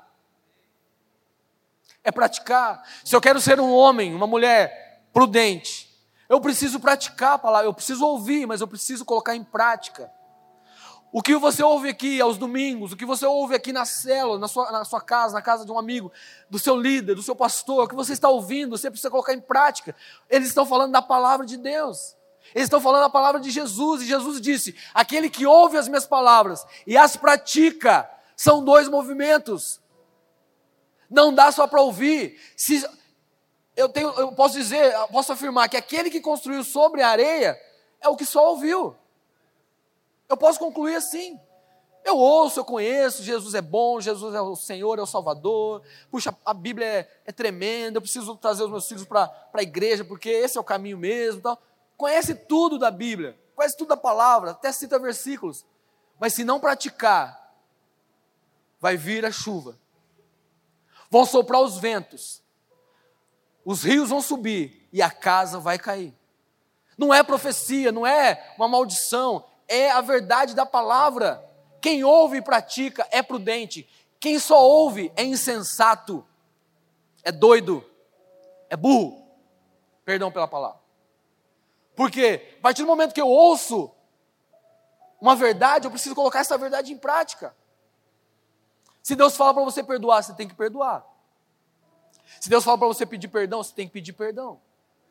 É praticar. Se eu quero ser um homem, uma mulher prudente, eu preciso praticar a palavra, eu preciso ouvir, mas eu preciso colocar em prática. O que você ouve aqui aos domingos, o que você ouve aqui na célula, na sua, na sua casa, na casa de um amigo, do seu líder, do seu pastor, o que você está ouvindo, você precisa colocar em prática. Eles estão falando da palavra de Deus. Eles estão falando da palavra de Jesus. E Jesus disse, aquele que ouve as minhas palavras e as pratica, são dois movimentos. Não dá só para ouvir. Se, eu, tenho, eu posso dizer, eu posso afirmar que aquele que construiu sobre a areia é o que só ouviu. Eu posso concluir assim. Eu ouço, eu conheço, Jesus é bom, Jesus é o Senhor, é o Salvador. Puxa, a Bíblia é, é tremenda, eu preciso trazer os meus filhos para a igreja, porque esse é o caminho mesmo. Tal. Conhece tudo da Bíblia, conhece tudo da palavra, até cita versículos. Mas se não praticar, vai vir a chuva. Vão soprar os ventos. Os rios vão subir e a casa vai cair. Não é profecia, não é uma maldição, é a verdade da palavra. Quem ouve e pratica é prudente. Quem só ouve é insensato, é doido, é burro. Perdão pela palavra. Porque a partir do momento que eu ouço uma verdade, eu preciso colocar essa verdade em prática. Se Deus fala para você perdoar, você tem que perdoar. Se Deus fala para você pedir perdão, você tem que pedir perdão.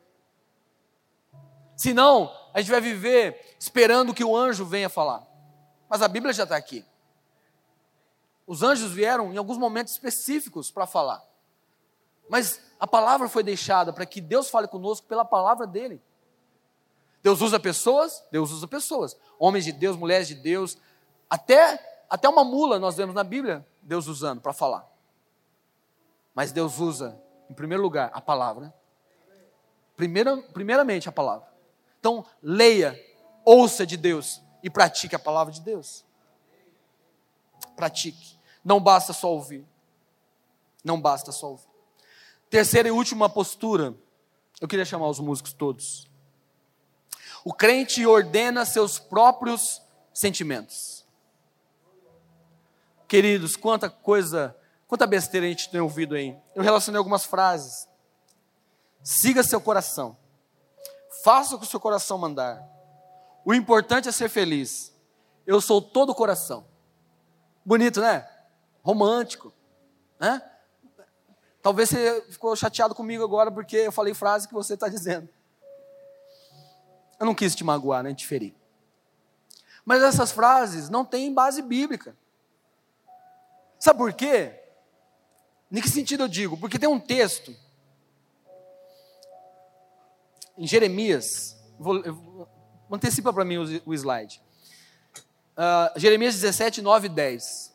Senão, a gente vai viver esperando que o anjo venha falar. Mas a Bíblia já está aqui. Os anjos vieram em alguns momentos específicos para falar. Mas a palavra foi deixada para que Deus fale conosco pela palavra dele. Deus usa pessoas, Deus usa pessoas. Homens de Deus, mulheres de Deus. Até, até uma mula nós vemos na Bíblia Deus usando para falar. Mas Deus usa, em primeiro lugar, a palavra. Primeira, primeiramente a palavra. Então, leia, ouça de Deus e pratique a palavra de Deus. Pratique. Não basta só ouvir. Não basta só ouvir. Terceira e última postura. Eu queria chamar os músicos todos. O crente ordena seus próprios sentimentos. Queridos, quanta coisa, quanta besteira a gente tem ouvido aí. Eu relacionei algumas frases. Siga seu coração. Faça o que o seu coração mandar. O importante é ser feliz. Eu sou todo coração. Bonito, né? Romântico, né? Talvez você ficou chateado comigo agora porque eu falei frase que você está dizendo. Eu não quis te magoar, nem te ferir. Mas essas frases não têm base bíblica. Sabe por quê? Em que sentido eu digo? Porque tem um texto em Jeremias, Vou, eu, antecipa para mim o, o slide. Uh, Jeremias dezessete, nove e dez.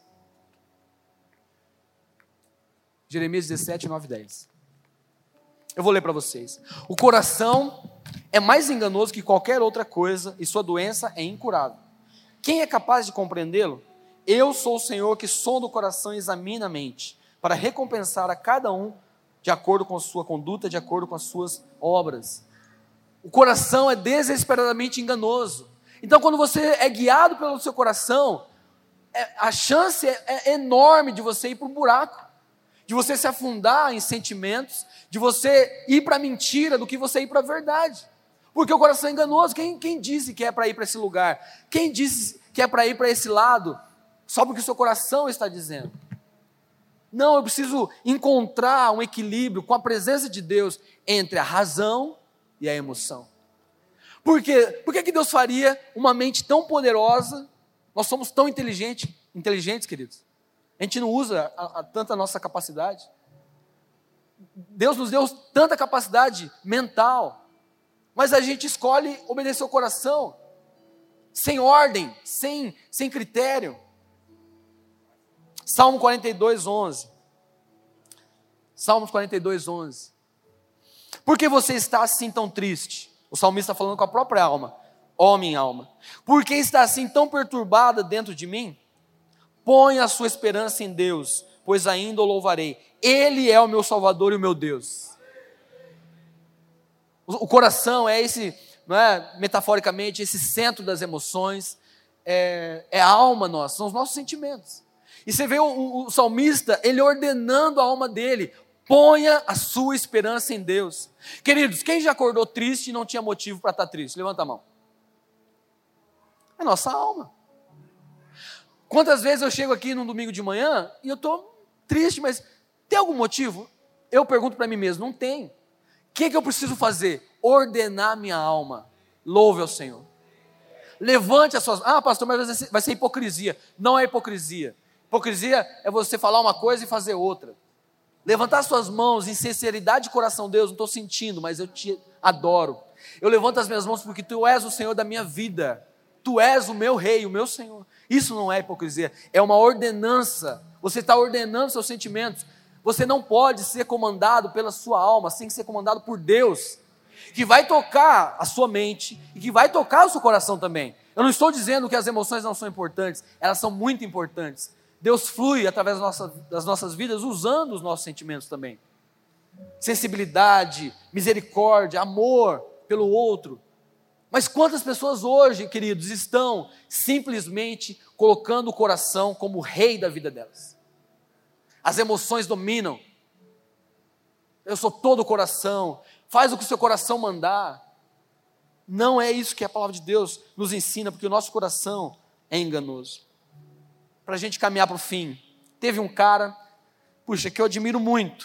Jeremias dezessete, nove e dez. Eu vou ler para vocês. O coração é mais enganoso que qualquer outra coisa e sua doença é incurável. Quem é capaz de compreendê-lo? Eu sou o Senhor que sonda o coração e examina a mente, para recompensar a cada um de acordo com a sua conduta, de acordo com as suas obras. O coração é desesperadamente enganoso. Então, quando você é guiado pelo seu coração, é, a chance é, é enorme de você ir para o buraco, de você se afundar em sentimentos, de você ir para a mentira do que você ir para a verdade. Porque o coração é enganoso. Quem, quem disse que é para ir para esse lugar? Quem disse que é para ir para esse lado? Só porque o seu coração está dizendo. Não, eu preciso encontrar um equilíbrio com a presença de Deus entre a razão e a emoção. Por quê? Por que que Deus faria uma mente tão poderosa? Nós somos tão inteligentes, inteligentes, queridos. A gente não usa a, a, tanta nossa capacidade. Deus nos deu tanta capacidade mental, mas a gente escolhe obedecer o coração, sem ordem, sem, sem critério. Salmo quarenta e dois, onze. Salmos quarenta e dois, onze. Por que você está assim tão triste? O salmista está falando com a própria alma. Ó minha alma, por que está assim tão perturbada dentro de mim? Põe a sua esperança em Deus, pois ainda o louvarei. Ele é o meu Salvador e o meu Deus. O coração é esse, não é, metaforicamente, esse centro das emoções, é, é a alma nossa, são os nossos sentimentos. E você vê o, o, o salmista, ele ordenando a alma dele, ponha a sua esperança em Deus. Queridos, quem já acordou triste e não tinha motivo para estar triste? Levanta a mão. É nossa alma. Quantas vezes eu chego aqui num domingo de manhã e eu estou triste, mas tem algum motivo? Eu pergunto para mim mesmo, não tem. O que, que eu preciso fazer? Ordenar minha alma. Louve ao Senhor. Levante as suas... Ah, pastor, mas vai ser, vai ser hipocrisia. Não é hipocrisia. Hipocrisia é você falar uma coisa e fazer outra. Levantar suas mãos em sinceridade de coração, Deus, não estou sentindo, mas eu te adoro. Eu levanto as minhas mãos porque Tu és o Senhor da minha vida. Tu és o meu rei, o meu Senhor. Isso não é hipocrisia, é uma ordenança. Você está ordenando seus sentimentos. Você não pode ser comandado pela sua alma, você tem que ser comandado por Deus, que vai tocar a sua mente e que vai tocar o seu coração também. Eu não estou dizendo que as emoções não são importantes, elas são muito importantes. Deus flui através das nossas, das nossas vidas usando os nossos sentimentos também. Sensibilidade, misericórdia, amor pelo outro. Mas quantas pessoas hoje, queridos, estão simplesmente colocando o coração como o rei da vida delas? As emoções dominam. Eu sou todo o coração. Faz o que o seu coração mandar. Não é isso que a palavra de Deus nos ensina, porque o nosso coração é enganoso. Para a gente caminhar para o fim, teve um cara, puxa, que eu admiro muito,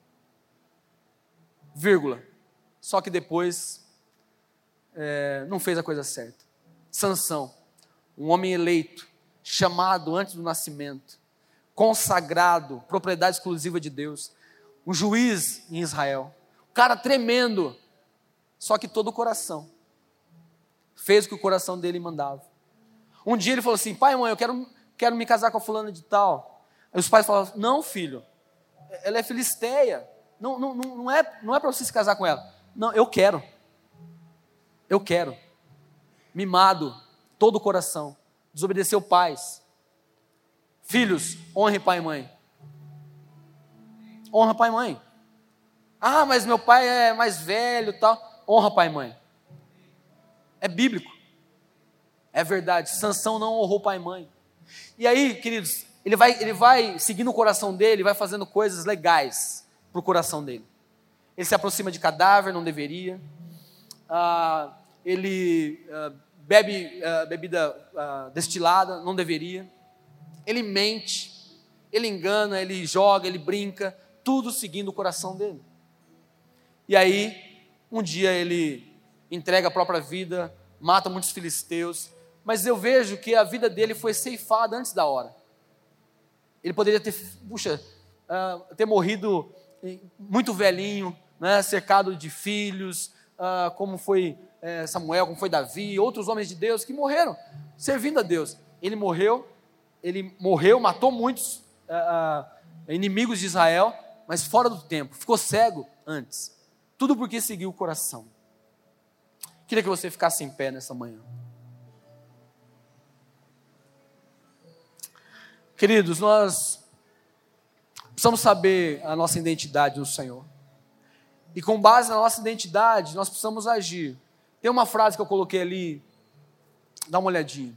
vírgula, só que depois é, não fez a coisa certa. Sansão, um homem eleito, chamado antes do nascimento, consagrado, propriedade exclusiva de Deus, um juiz em Israel, um cara tremendo, só que todo o coração, fez o que o coração dele mandava. Um dia ele falou assim, pai e mãe, eu quero, quero me casar com a fulana de tal. Aí os pais falaram, não filho, ela é filisteia, não, não, não é, não é para você se casar com ela. Não, eu quero, eu quero, mimado, todo o coração, desobedeceu pais. Filhos, honre pai e mãe. Honra pai e mãe. Ah, mas meu pai é mais velho e tal. Honra pai e mãe. É bíblico. É verdade. Sansão não honrou pai e mãe. E aí, queridos, ele vai, ele vai seguindo o coração dele, vai fazendo coisas legais para o coração dele. Ele se aproxima de cadáver, não deveria. Ah, ele ah, bebe ah, bebida ah, destilada, não deveria. Ele mente, ele engana, ele joga, ele brinca, tudo seguindo o coração dele. E aí, um dia ele entrega a própria vida, mata muitos filisteus, mas eu vejo que a vida dele foi ceifada antes da hora. Ele poderia ter, puxa, uh, ter morrido muito velhinho, né, cercado de filhos, uh, como foi é, Samuel, como foi Davi, outros homens de Deus que morreram servindo a Deus. Ele morreu, ele morreu, matou muitos uh, uh, inimigos de Israel, mas fora do tempo, ficou cego antes. Tudo porque seguiu o coração. Queria que você ficasse em pé nessa manhã. Queridos, nós precisamos saber a nossa identidade no Senhor. E com base na nossa identidade, nós precisamos agir. Tem uma frase que eu coloquei ali, dá uma olhadinha.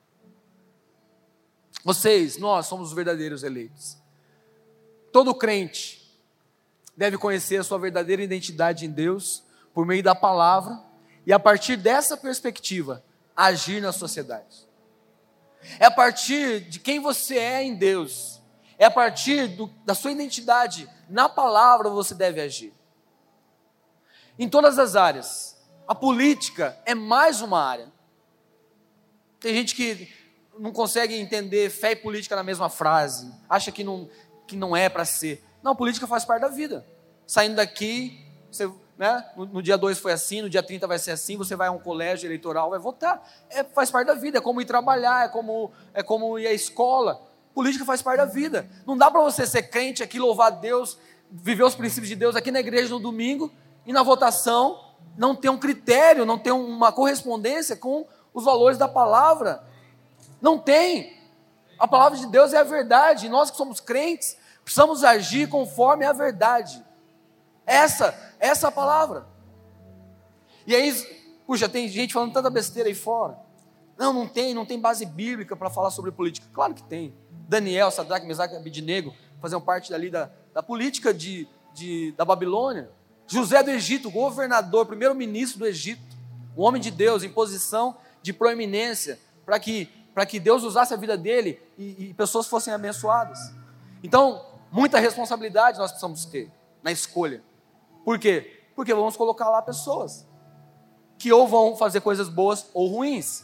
Vocês, nós somos os verdadeiros eleitos. Todo crente deve conhecer a sua verdadeira identidade em Deus por meio da palavra e a partir dessa perspectiva, agir na sociedade. É a partir de quem você é em Deus, é a partir do, da sua identidade na palavra você deve agir. Em todas as áreas. A política é mais uma área. Tem gente que não consegue entender fé e política na mesma frase, acha que não, que não é para ser. Não, a política faz parte da vida. Saindo daqui, você, né, no, no dia dois foi assim, no dia trinta vai ser assim, você vai a um colégio eleitoral, vai votar. É, faz parte da vida, é como ir trabalhar, é como, é como ir à escola. Política faz parte da vida. Não dá para você ser crente aqui, louvar a Deus, viver os princípios de Deus aqui na igreja no domingo, e na votação não ter um critério, não ter uma correspondência com os valores da palavra. Não tem. A palavra de Deus é a verdade, e nós que somos crentes, precisamos agir conforme a verdade. Essa, essa é a palavra. E aí, puxa, tem gente falando tanta besteira aí fora. Não, não tem, não tem base bíblica para falar sobre política. Claro que tem. Daniel, Sadraque, Mesaque e Abednego faziam parte dali da, da política de, de, da Babilônia. José do Egito, governador, primeiro-ministro do Egito, um homem de Deus em posição de proeminência, para que, para que Deus usasse a vida dele e, e pessoas fossem abençoadas. Então, muita responsabilidade nós precisamos ter na escolha. Por quê? Porque vamos colocar lá pessoas que ou vão fazer coisas boas ou ruins.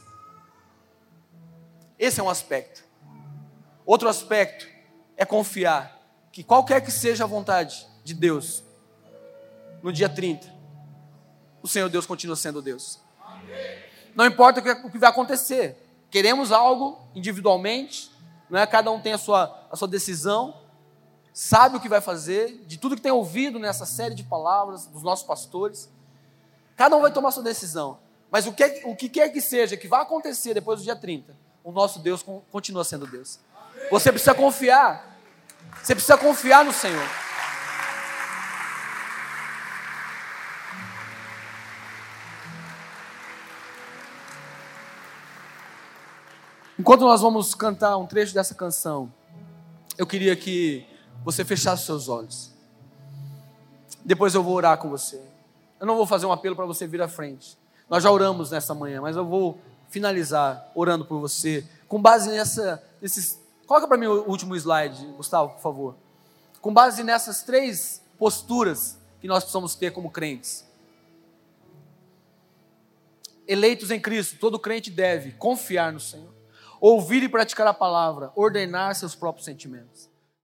Esse é um aspecto. Outro aspecto é confiar que qualquer que seja a vontade de Deus, no dia trinta, o Senhor Deus continua sendo Deus. Não importa o que vai acontecer. Queremos algo individualmente, não é? Cada um tem a sua, a sua decisão, sabe o que vai fazer, de tudo que tem ouvido nessa série de palavras dos nossos pastores. Cada um vai tomar a sua decisão. Mas o que, o que quer que seja que vai acontecer depois do dia trinta, o nosso Deus continua sendo Deus. Você precisa confiar. Você precisa confiar no Senhor. Enquanto nós vamos cantar um trecho dessa canção, eu queria que você fechasse seus olhos. Depois eu vou orar com você. Eu não vou fazer um apelo para você vir à frente. Nós já oramos nessa manhã, mas eu vou finalizar orando por você, com base nessa, nesses... Coloca para mim o último slide, Gustavo, por favor. Com base nessas três posturas que nós precisamos ter como crentes. Eleitos em Cristo, todo crente deve confiar no Senhor, ouvir e praticar a palavra, ordenar seus próprios sentimentos.